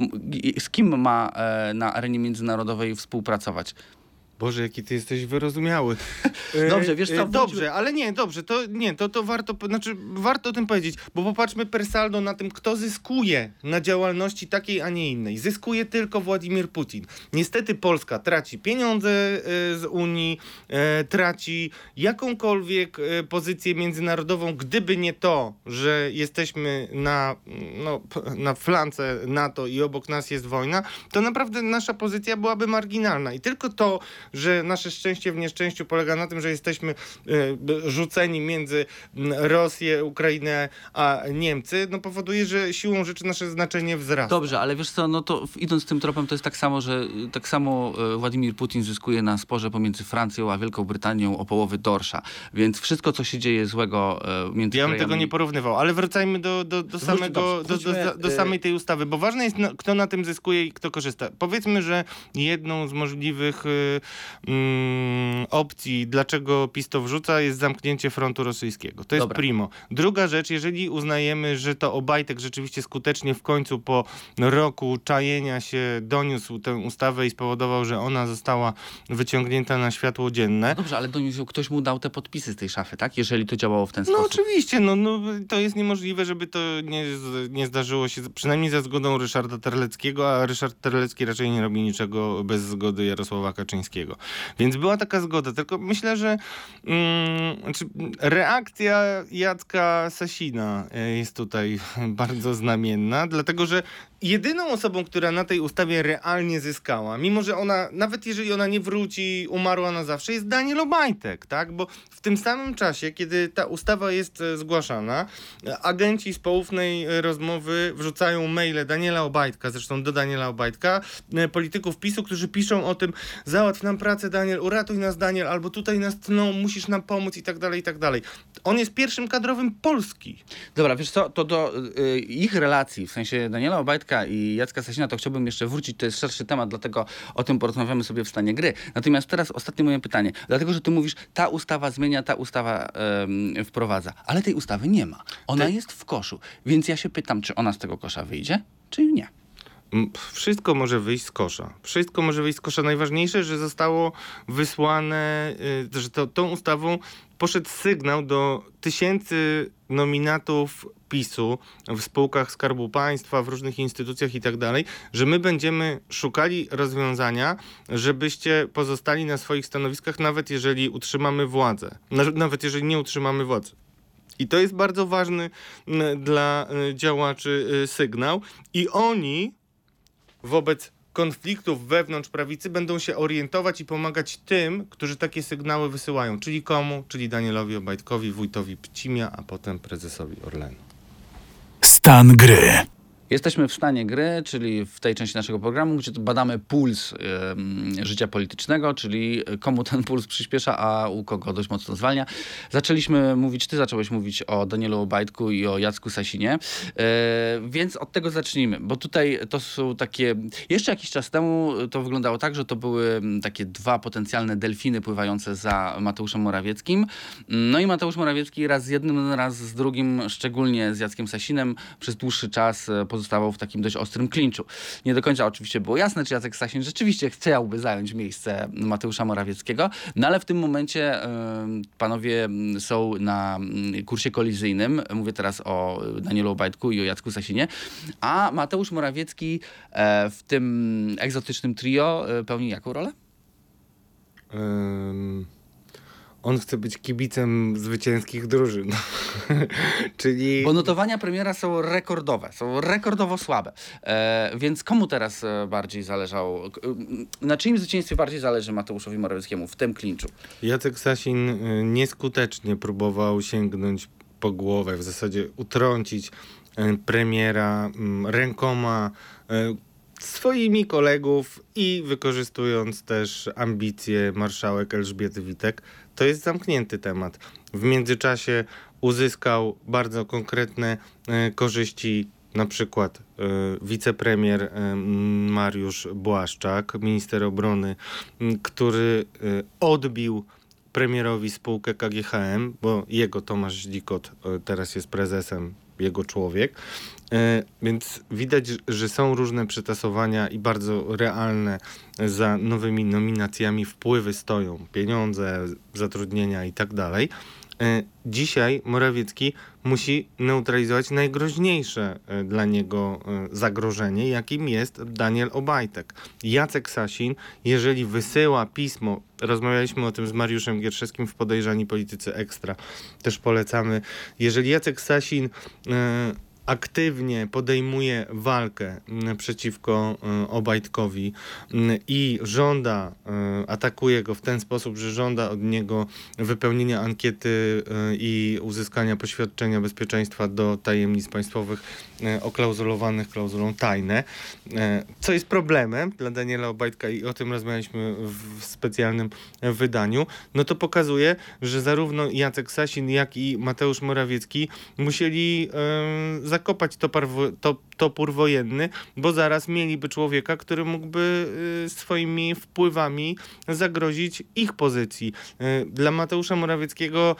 Z kim ma e, na arenie międzynarodowej współpracować? Boże, jaki ty jesteś wyrozumiały. Dobrze, wiesz co, E, wróćmy- Dobrze, ale nie, dobrze, to nie, to, to warto, znaczy warto o tym powiedzieć, bo popatrzmy per saldo na tym, kto zyskuje na działalności takiej, a nie innej. Zyskuje tylko Władimir Putin. Niestety Polska traci pieniądze e, z Unii, e, traci jakąkolwiek e, pozycję międzynarodową, gdyby nie to, że jesteśmy na, no, p- na flance NATO i obok nas jest wojna, to naprawdę nasza pozycja byłaby marginalna. I tylko to, że nasze szczęście w nieszczęściu polega na tym, że jesteśmy e, rzuceni między m, Rosję, Ukrainę a Niemcy, no powoduje, że siłą rzeczy nasze znaczenie wzrasta. Dobrze, ale wiesz co, no to w- idąc tym tropem, to jest tak samo, że y, tak samo y, Władimir Putin zyskuje na sporze pomiędzy Francją a Wielką Brytanią o połowy dorsza. Więc wszystko, co się dzieje złego y, między Ja bym krajami... tego nie porównywał, ale wracajmy do, do, do, Wróć- samego, dobrze, do, do, wróćmy, do, do y- samej tej ustawy, bo ważne jest, no, kto na tym zyskuje i kto korzysta. Powiedzmy, że jedną z możliwych y, mm, opcji, dlaczego PiS to wrzuca, jest zamknięcie frontu rosyjskiego. To jest Dobra. primo. Druga rzecz, jeżeli uznajemy, że to Obajtek rzeczywiście skutecznie w końcu po roku czajenia się doniósł tę ustawę i spowodował, że ona została wyciągnięta na światło dzienne, Dobrze, ale doniósł, ktoś mu dał te podpisy z tej szafy, tak? Jeżeli to działało w ten no sposób. oczywiście, no, no to jest niemożliwe, żeby to nie, z- nie zdarzyło się, przynajmniej za zgodą Ryszarda Terleckiego, a Ryszard Terlecki raczej nie robi niczego bez zgody Jarosława Kaczyńskiego. Więc była taka zgoda, tylko myślę, że mm, znaczy, reakcja Jacka Sasina e, jest tutaj bardzo znamienna, dlatego że jedyną osobą, która na tej ustawie realnie zyskała, mimo że ona, nawet jeżeli ona nie wróci, umarła na zawsze, jest Daniel Obajtek, tak? Bo w tym samym czasie, kiedy ta ustawa jest e, zgłaszana, e, agenci z poufnej e, rozmowy wrzucają maile Daniela Obajtka, zresztą do Daniela Obajtka, e, polityków PiSu, którzy piszą o tym, załatw nam pracę, Daniel, uratuj nas, Daniel, albo tutaj nas tną, musisz nam pomóc i tak dalej, i tak dalej. On jest pierwszym kadrowym Polski. Dobra, wiesz co, to do y, ich relacji, w sensie Daniela Obajtka i Jacka Sasina, to chciałbym jeszcze wrócić, to jest szerszy temat, dlatego o tym porozmawiamy sobie w stanie gry. Natomiast teraz ostatnie moje pytanie, dlatego, że ty mówisz, ta ustawa zmienia, ta ustawa ym, wprowadza, ale tej ustawy nie ma. Ona Ty- jest w koszu, więc ja się pytam, czy ona z tego kosza wyjdzie, czy nie? Mm, pff, Wszystko może wyjść z kosza. Wszystko może wyjść z kosza. Najważniejsze, że zostało wysłane, y, że to, tą ustawą poszedł sygnał do tysięcy nominatów PiSu w spółkach Skarbu Państwa, w różnych instytucjach i tak dalej, że my będziemy szukali rozwiązania, żebyście pozostali na swoich stanowiskach, nawet jeżeli utrzymamy władzę. Na- Nawet jeżeli nie utrzymamy władzy. I to jest bardzo ważny m, dla y, działaczy y, sygnał. I oni wobec konfliktów wewnątrz prawicy będą się orientować i pomagać tym, którzy takie sygnały wysyłają. Czyli komu? Czyli Danielowi Obajtkowi, wójtowi Pcimia, a potem prezesowi Orlenu. Stan gry. Jesteśmy w stanie gry, czyli w tej części naszego programu, gdzie badamy puls y, życia politycznego, czyli komu ten puls przyspiesza, a u kogo dość mocno zwalnia. Zaczęliśmy mówić, ty zacząłeś mówić o Danielu Obajtku i o Jacku Sasinie, y, więc od tego zacznijmy, bo tutaj to są takie, jeszcze jakiś czas temu to wyglądało tak, że to były takie dwa potencjalne delfiny pływające za Mateuszem Morawieckim. No i Mateusz Morawiecki raz z jednym, raz z drugim, szczególnie z Jackiem Sasinem, przez dłuższy czas pozostawał w takim dość ostrym klinczu. Nie do końca oczywiście było jasne, czy Jacek Sasin rzeczywiście chciałby zająć miejsce Mateusza Morawieckiego, no ale w tym momencie y, panowie są na kursie kolizyjnym. Mówię teraz o Danielu Obajtku i o Jacku Sasinie, a Mateusz Morawiecki e, w tym egzotycznym trio e, pełni jaką rolę? Um... On chce być kibicem zwycięskich drużyn. Czyli... Bo notowania premiera są rekordowe, są rekordowo słabe. E, więc komu teraz e, bardziej zależało, e, na czyim zwycięstwie bardziej zależy Mateuszowi Morawieckiemu w tym klinczu? Jacek Sasin y, nieskutecznie próbował sięgnąć po głowę, w zasadzie utrącić y, premiera y, rękoma y, swoimi kolegów i wykorzystując też ambicje marszałek Elżbiety Witek. To jest zamknięty temat. W międzyczasie uzyskał bardzo konkretne e, korzyści, na przykład e, wicepremier e, Mariusz Błaszczak, minister obrony, m, który e, odbił premierowi spółkę K G H M, bo jego Tomasz Żdikot e, teraz jest prezesem, jego człowiek. E, więc widać, że są różne przetasowania i bardzo realne za nowymi nominacjami wpływy stoją, pieniądze, zatrudnienia i tak dalej. E, dzisiaj Morawiecki musi neutralizować najgroźniejsze e, dla niego e, zagrożenie, jakim jest Daniel Obajtek. Jacek Sasin, jeżeli wysyła pismo, rozmawialiśmy o tym z Mariuszem Gierszewskim w Podejrzani Politycy Ekstra, też polecamy, jeżeli Jacek Sasin e, aktywnie podejmuje walkę m, przeciwko y, Obajtkowi m, i żąda, y, atakuje go w ten sposób, że żąda od niego wypełnienia ankiety y, i uzyskania poświadczenia bezpieczeństwa do tajemnic państwowych y, oklauzulowanych klauzulą tajne, y, co jest problemem dla Daniela Obajtka i o tym rozmawialiśmy w, w specjalnym wydaniu, no to pokazuje, że zarówno Jacek Sasin, jak i Mateusz Morawiecki musieli y, zakopać topar, to, topór wojenny, bo zaraz mieliby człowieka, który mógłby y, swoimi wpływami zagrozić ich pozycji. Y, dla Mateusza Morawieckiego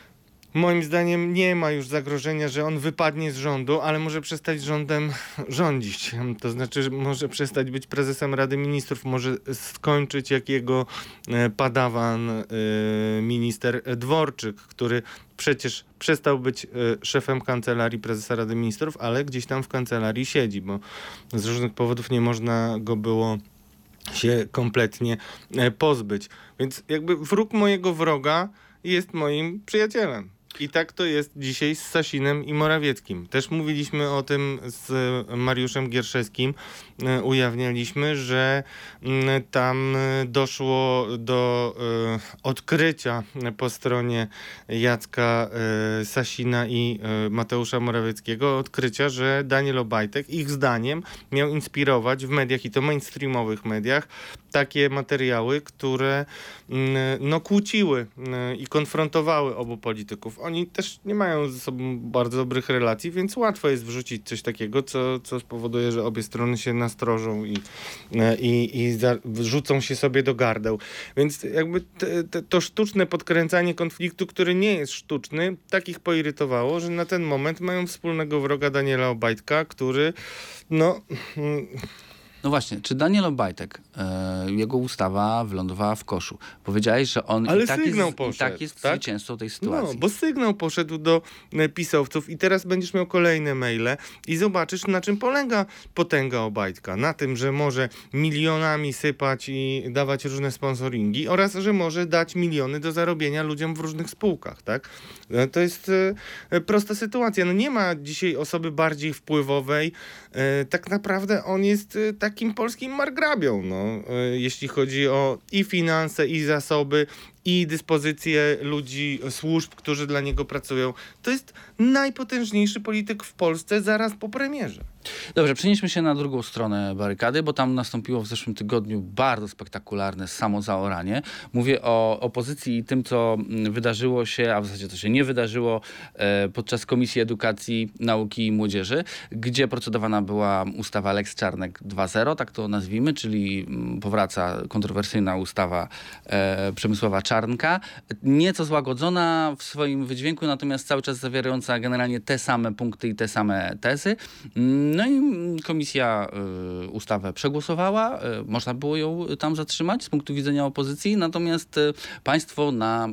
moim zdaniem nie ma już zagrożenia, że on wypadnie z rządu, ale może przestać rządem rządzić. To znaczy, że może przestać być prezesem Rady Ministrów, może skończyć jak jego e, padawan e, minister Dworczyk, który przecież przestał być e, szefem kancelarii prezesa Rady Ministrów, ale gdzieś tam w kancelarii siedzi, bo z różnych powodów nie można go było się kompletnie e, pozbyć. Więc jakby wróg mojego wroga jest moim przyjacielem. I tak to jest dzisiaj z Sasinem i Morawieckim. Też mówiliśmy o tym z Mariuszem Gierszewskim. E, ujawnialiśmy, że m, tam doszło do e, odkrycia po stronie Jacka e, Sasina i e, Mateusza Morawieckiego, odkrycia, że Daniel Obajtek, ich zdaniem, miał inspirować w mediach, i to mainstreamowych mediach, takie materiały, które m, no, kłóciły m, i konfrontowały obu polityków. Oni też nie mają ze sobą bardzo dobrych relacji, więc łatwo jest wrzucić coś takiego, co, co spowoduje, że obie strony się nastrożą i, i, i za, wrzucą się sobie do gardeł. Więc jakby te, te, to sztuczne podkręcanie konfliktu, który nie jest sztuczny, tak ich poirytowało, że na ten moment mają wspólnego wroga Daniela Obajtka, który no... No właśnie, czy Daniel Obajtek, e, jego ustawa wylądowała w koszu? Powiedziałeś, że on Ale i tak sygnał jest, poszedł, i tak jest tak? zwycięzcą tej sytuacji. No, bo sygnał poszedł do e, pisowców i teraz będziesz miał kolejne maile i zobaczysz, na czym polega potęga Obajtka. Na tym, że może milionami sypać i dawać różne sponsoringi oraz, że może dać miliony do zarobienia ludziom w różnych spółkach, tak? E, to jest e, prosta sytuacja. No nie ma dzisiaj osoby bardziej wpływowej. E, tak naprawdę on jest e, takim polskim margrabią, no, e, jeśli chodzi o i finanse, i zasoby, i dyspozycje ludzi, służb, którzy dla niego pracują. To jest najpotężniejszy polityk w Polsce zaraz po premierze. Dobrze, przenieśmy się na drugą stronę barykady, bo tam nastąpiło w zeszłym tygodniu bardzo spektakularne samozaoranie. Mówię o opozycji i tym, co wydarzyło się, a w zasadzie to się nie wydarzyło e, podczas Komisji Edukacji, Nauki i Młodzieży, gdzie procedowana była ustawa Lex Czarnek dwa zero, tak to nazwijmy, czyli mm, powraca kontrowersyjna ustawa e, Przemysława Czarnka. Nieco złagodzona w swoim wydźwięku, natomiast cały czas zawierająca generalnie te same punkty i te same tezy. No i komisja y, ustawę przegłosowała, y, można było ją tam zatrzymać z punktu widzenia opozycji, natomiast y, państwo na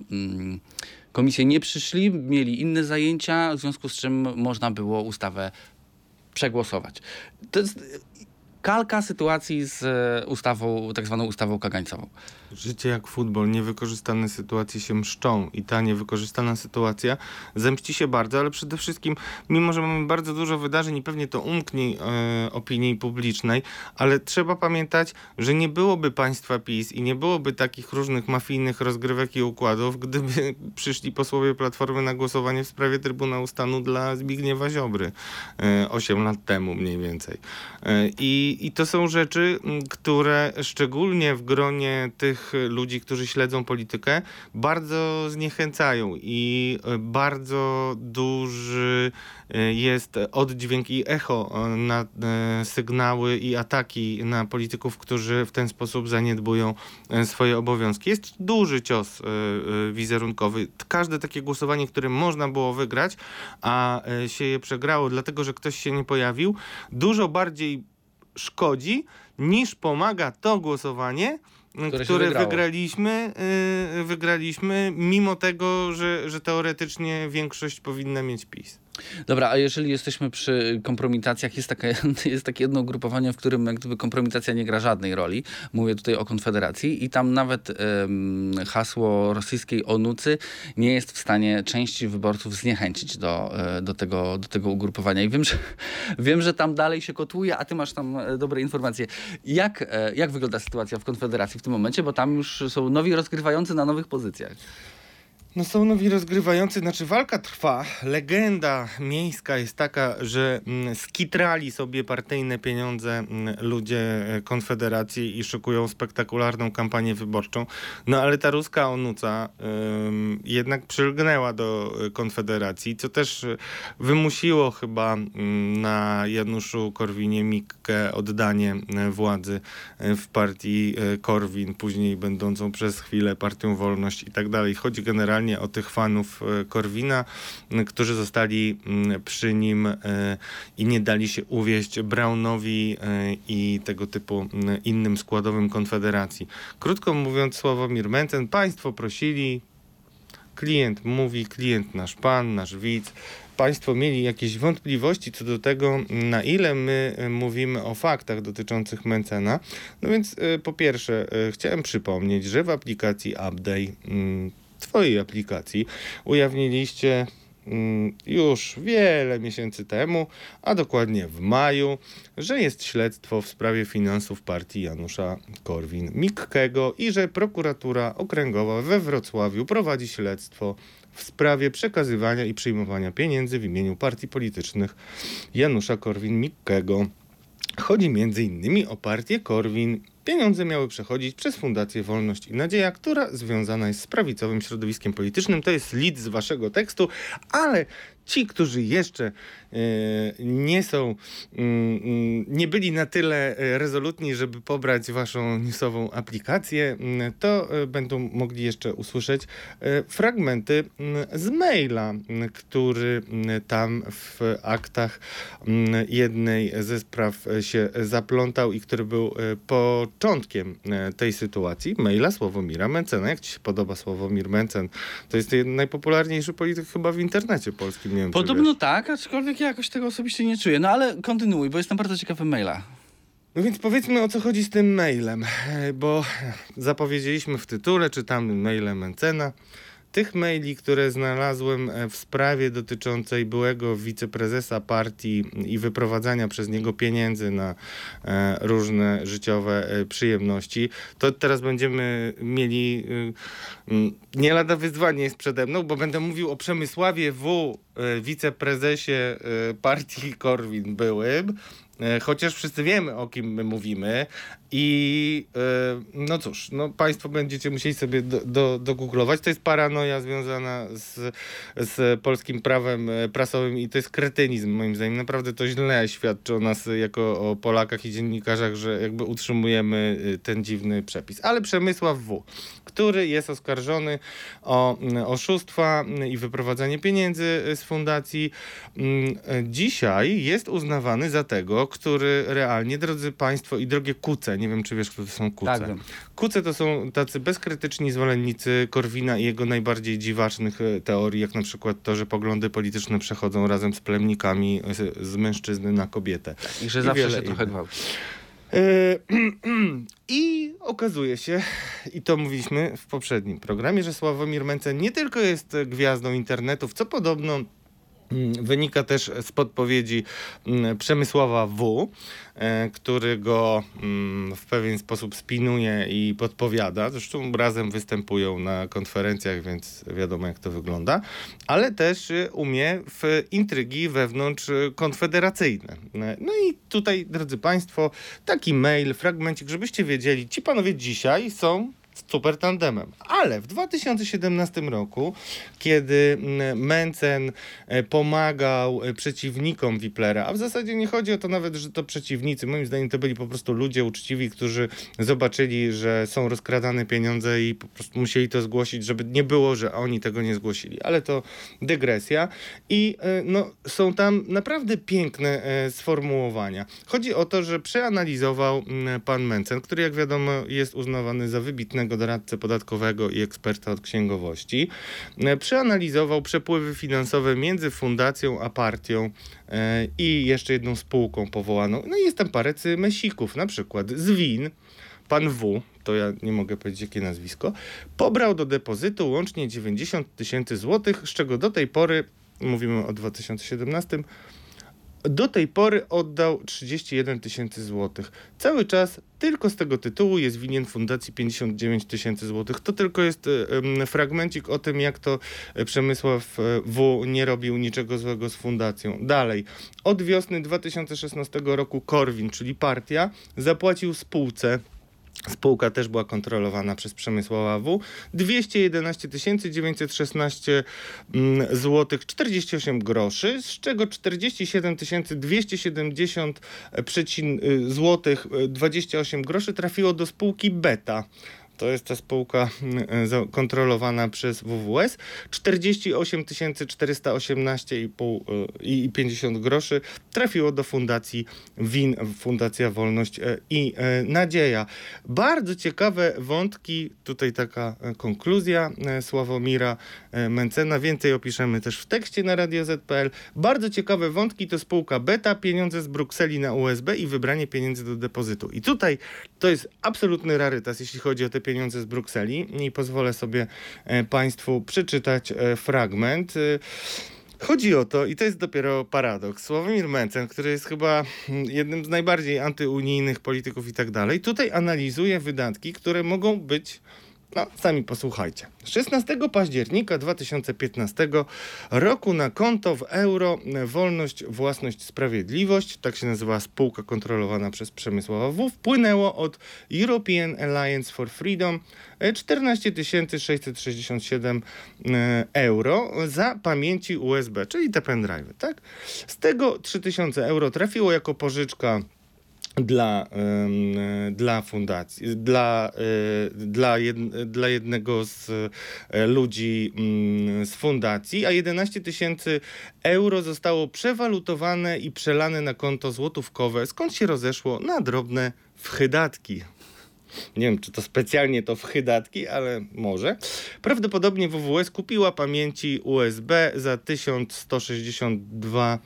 y, komisję nie przyszli, mieli inne zajęcia, w związku z czym można było ustawę przegłosować. To jest y, kalka sytuacji z y, ustawą, tak zwaną ustawą kagańcową. Życie jak futbol, niewykorzystane sytuacje się mszczą i ta niewykorzystana sytuacja zemści się bardzo, ale przede wszystkim, mimo że mamy bardzo dużo wydarzeń i pewnie to umknie e, opinii publicznej, ale trzeba pamiętać, że nie byłoby państwa PiS i nie byłoby takich różnych mafijnych rozgrywek i układów, gdyby przyszli posłowie Platformy na głosowanie w sprawie Trybunału Stanu dla Zbigniewa Ziobry e, osiem lat temu mniej więcej. E, i, I to są rzeczy, które szczególnie w gronie tych ludzi, którzy śledzą politykę, bardzo zniechęcają i bardzo duży jest oddźwięk i echo na sygnały i ataki na polityków, którzy w ten sposób zaniedbują swoje obowiązki. Jest duży cios wizerunkowy. Każde takie głosowanie, które można było wygrać, a się je przegrało, dlatego że ktoś się nie pojawił, dużo bardziej szkodzi niż pomaga to głosowanie, które, które wygraliśmy, yy, wygraliśmy mimo tego, że, że teoretycznie większość powinna mieć PiS. Dobra, a jeżeli jesteśmy przy kompromitacjach, jest, taka, jest takie jedno ugrupowanie, w którym jak gdyby kompromitacja nie gra żadnej roli. Mówię tutaj o Konfederacji i tam nawet um, hasło rosyjskiej onucy nie jest w stanie części wyborców zniechęcić do, do, tego, do tego ugrupowania. I wiem, że, wiem, że tam dalej się kotłuje, a ty masz tam dobre informacje. Jak, jak wygląda sytuacja w Konfederacji w tym momencie? Bo tam już są nowi rozgrywający na nowych pozycjach. No są nowi rozgrywający, znaczy walka trwa. Legenda miejska jest taka, że mm, skitrali sobie partyjne pieniądze mm, ludzie Konfederacji i szykują spektakularną kampanię wyborczą. No ale ta ruska onuca ym, jednak przylgnęła do Konfederacji, co też wymusiło chyba ym, na Januszu Korwinie-Mikkę oddanie y, władzy y, w partii y, Korwin, później będącą przez chwilę partią Wolność i tak dalej. Chodzi generalnie o tych fanów Korwina, którzy zostali przy nim i nie dali się uwieść Braunowi i tego typu innym składowym Konfederacji. Krótko mówiąc, Sławomir Mencen, państwo prosili, klient mówi, klient nasz pan, nasz widz. Państwo mieli jakieś wątpliwości co do tego, na ile my mówimy o faktach dotyczących Mencena. No więc po pierwsze chciałem przypomnieć, że w aplikacji Update twojej aplikacji ujawniliście mm, już wiele miesięcy temu, a dokładnie w maju, że jest śledztwo w sprawie finansów partii Janusza Korwin-Mikkego i że prokuratura okręgowa we Wrocławiu prowadzi śledztwo w sprawie przekazywania i przyjmowania pieniędzy w imieniu partii politycznych Janusza Korwin-Mikkego. Chodzi między innymi o partię Korwin. Pieniądze miały przechodzić przez Fundację Wolność i Nadzieja, która związana jest z prawicowym środowiskiem politycznym. To jest lead z waszego tekstu, ale ci, którzy jeszcze e, nie są, mm, nie byli na tyle rezolutni, żeby pobrać waszą newsową aplikację, to e, będą mogli jeszcze usłyszeć e, fragmenty z maila, który tam w aktach jednej ze spraw się zaplątał i który był początkiem tej sytuacji. Maila Sławomira Mencena. Jak ci się podoba Sławomir Mencen? To jest najpopularniejszy polityk chyba w internecie polskim. Nie wiem, Podobno tak, aczkolwiek ja jakoś tego osobiście nie czuję. No ale kontynuuj, bo jestem bardzo ciekawy maila. No więc powiedzmy, o co chodzi z tym mailem, bo zapowiedzieliśmy w tytule, czytamy maile Mencena. tych maili, które znalazłem w sprawie dotyczącej byłego wiceprezesa partii i wyprowadzania przez niego pieniędzy na e, różne życiowe e, przyjemności, to teraz będziemy mieli e, nie lada wyzwanie jest przede mną, bo będę mówił o Przemysławie W., e, wiceprezesie e, partii Korwin byłym, e, chociaż wszyscy wiemy, o kim my mówimy. I e, no cóż, no państwo będziecie musieli sobie do, do, dogooglować. To jest paranoja związana z, z polskim prawem prasowym i to jest kretynizm moim zdaniem. Naprawdę to źle świadczy o nas jako o Polakach i dziennikarzach, że jakby utrzymujemy ten dziwny przepis. Ale Przemysław W., który jest oskarżony o oszustwa i wyprowadzanie pieniędzy z fundacji, dzisiaj jest uznawany za tego, który realnie, drodzy państwo i drogie kuce, nie wiem, czy wiesz, kto to są kuce. Tak, wiem. Kuce to są tacy bezkrytyczni zwolennicy Korwina i jego najbardziej dziwacznych teorii, jak na przykład to, że poglądy polityczne przechodzą razem z plemnikami z, z mężczyzny na kobietę. I że I zawsze wiele się trochę innych. gwałci. I okazuje się, i to mówiliśmy w poprzednim programie, że Sławomir Mencen nie tylko jest gwiazdą internetów, co podobno wynika też z podpowiedzi Przemysława W., który go w pewien sposób spinuje i podpowiada. Zresztą razem występują na konferencjach, więc wiadomo, jak to wygląda. Ale też umie w intrygi wewnątrz konfederacyjne. No i tutaj, drodzy państwo, taki mail, fragmencik, żebyście wiedzieli, ci panowie dzisiaj są super tandemem. Ale w dwa tysiące siedemnastym roku, kiedy Mencen pomagał przeciwnikom Wiplera, a w zasadzie nie chodzi o to nawet, że to przeciwnicy, moim zdaniem to byli po prostu ludzie uczciwi, którzy zobaczyli, że są rozkradane pieniądze i po prostu musieli to zgłosić, żeby nie było, że oni tego nie zgłosili. Ale to dygresja. I no, są tam naprawdę piękne sformułowania. Chodzi o to, że przeanalizował pan Mencen, który jak wiadomo jest uznawany za wybitnego doradcę podatkowego i eksperta od księgowości, przeanalizował przepływy finansowe między fundacją a partią e, i jeszcze jedną spółką powołaną. No i jest tam parę cymesików, na przykład z Win, pan W., to ja nie mogę powiedzieć jakie nazwisko, pobrał do depozytu łącznie dziewięćdziesiąt tysięcy złotych, z czego do tej pory, mówimy o dwa tysiące siedemnastym, do tej pory oddał trzydzieści jeden tysięcy złotych. Cały czas tylko z tego tytułu jest winien fundacji pięćdziesiąt dziewięć tysięcy złotych. To tylko jest um, fragmencik o tym, jak to Przemysław W. nie robił niczego złego z fundacją. Dalej. Od wiosny dwa tysiące szesnastego roku Korwin, czyli partia, zapłacił spółce, spółka też była kontrolowana przez Przemysława W., dwieście jedenaście tysięcy dziewięćset szesnaście złotych czterdzieści osiem groszy, z czego czterdzieści siedem tysięcy dwieście siedemdziesiąt złotych dwadzieścia osiem groszy trafiło do spółki Beta. To jest ta spółka kontrolowana przez W W S. czterdzieści osiem tysięcy czterysta osiemnaście i pół i pięćdziesiąt groszy trafiło do fundacji Win, Fundacja Wolność i Nadzieja. Bardzo ciekawe wątki, tutaj taka konkluzja Sławomira Mencena. Więcej opiszemy też w tekście na radio zet kropka pe el. Bardzo ciekawe wątki to spółka Beta, pieniądze z Brukseli na U S B i wybranie pieniędzy do depozytu. I tutaj to jest absolutny rarytas, jeśli chodzi o te pieniądze z Brukseli i pozwolę sobie e, Państwu przeczytać e, fragment. E, chodzi o to, i to jest dopiero paradoks, Sławomir Mencen, który jest chyba jednym z najbardziej antyunijnych polityków i tak dalej, tutaj analizuje wydatki, które mogą być, no sami posłuchajcie. szesnastego października dwa tysiące piętnastego roku na konto w euro Wolność, Własność, Sprawiedliwość, tak się nazywa spółka kontrolowana przez Przemysława W., wpłynęło od European Alliance for Freedom czternaście tysięcy sześćset sześćdziesiąt siedem euro za pamięci U S B, czyli te pendrive'y, tak? Z tego trzy tysiące euro trafiło jako pożyczka Dla, y, dla fundacji, dla, y, dla, jed, dla jednego z y, ludzi y, z fundacji, a jedenaście tysięcy euro zostało przewalutowane i przelane na konto złotówkowe, skąd się rozeszło na drobne wchydatki. Nie wiem, czy to specjalnie to wchydatki, ale może. Prawdopodobnie W W S kupiła pamięci U S B za tysiąc sto sześćdziesiąt dwa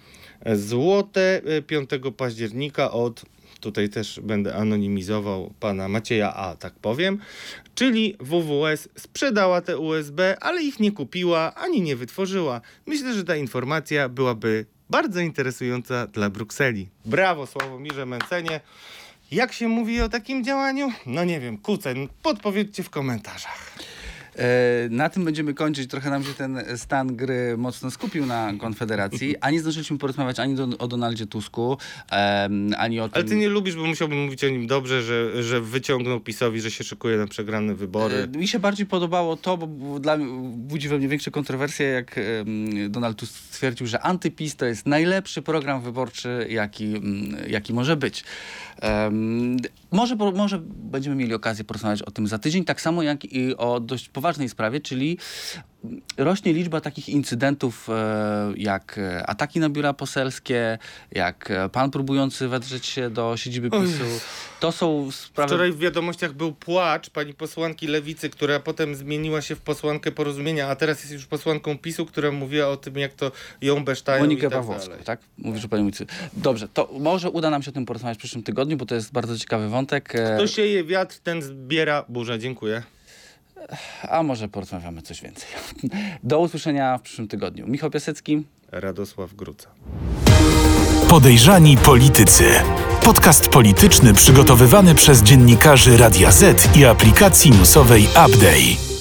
złote. piątego października od, tutaj też będę anonimizował pana Macieja A, tak powiem, czyli W W S sprzedała te U S B, ale ich nie kupiła ani nie wytworzyła. Myślę, że ta informacja byłaby bardzo interesująca dla Brukseli. Brawo, Sławomirze Mencenie. Jak się mówi o takim działaniu? No nie wiem, Kuceń, podpowiedzcie w komentarzach. Na tym będziemy kończyć. Trochę nam się ten stan gry mocno skupił na Konfederacji, a nie zdążyliśmy porozmawiać ani do, o Donaldzie Tusku, um, ani o tym... Ale ty nie lubisz, bo musiałbym mówić o nim dobrze, że, że wyciągnął PiS-owi, że się szykuje na przegrane wybory. Mi się bardziej podobało to, bo dla mnie budzi we mnie większe kontrowersje, jak um, Donald Tusk stwierdził, że antyPiS to jest najlepszy program wyborczy, jaki, um, jaki może być. Um, może, może będziemy mieli okazję porozmawiać o tym za tydzień, tak samo jak i o dość poważnej sprawie, czyli rośnie liczba takich incydentów e, jak ataki na biura poselskie, jak pan próbujący wedrzeć się do siedziby PiS-u. To są sprawy... Wczoraj w wiadomościach był płacz pani posłanki Lewicy, która potem zmieniła się w posłankę Porozumienia, a teraz jest już posłanką PiS-u, która mówiła o tym, jak to ją besztają Monikę i tak Pawłowską, dalej. tak? Mówisz o pani Monicy. Dobrze, to może uda nam się o tym porozmawiać w przyszłym tygodniu, bo to jest bardzo ciekawy wątek. Kto sieje wiatr, ten zbiera burzę. Dziękuję. A może porozmawiamy coś więcej. Do usłyszenia w przyszłym tygodniu. Michał Piasecki. Radosław Gruca. Podejrzani politycy. Podcast polityczny przygotowywany przez dziennikarzy Radia Z i aplikacji newsowej Update.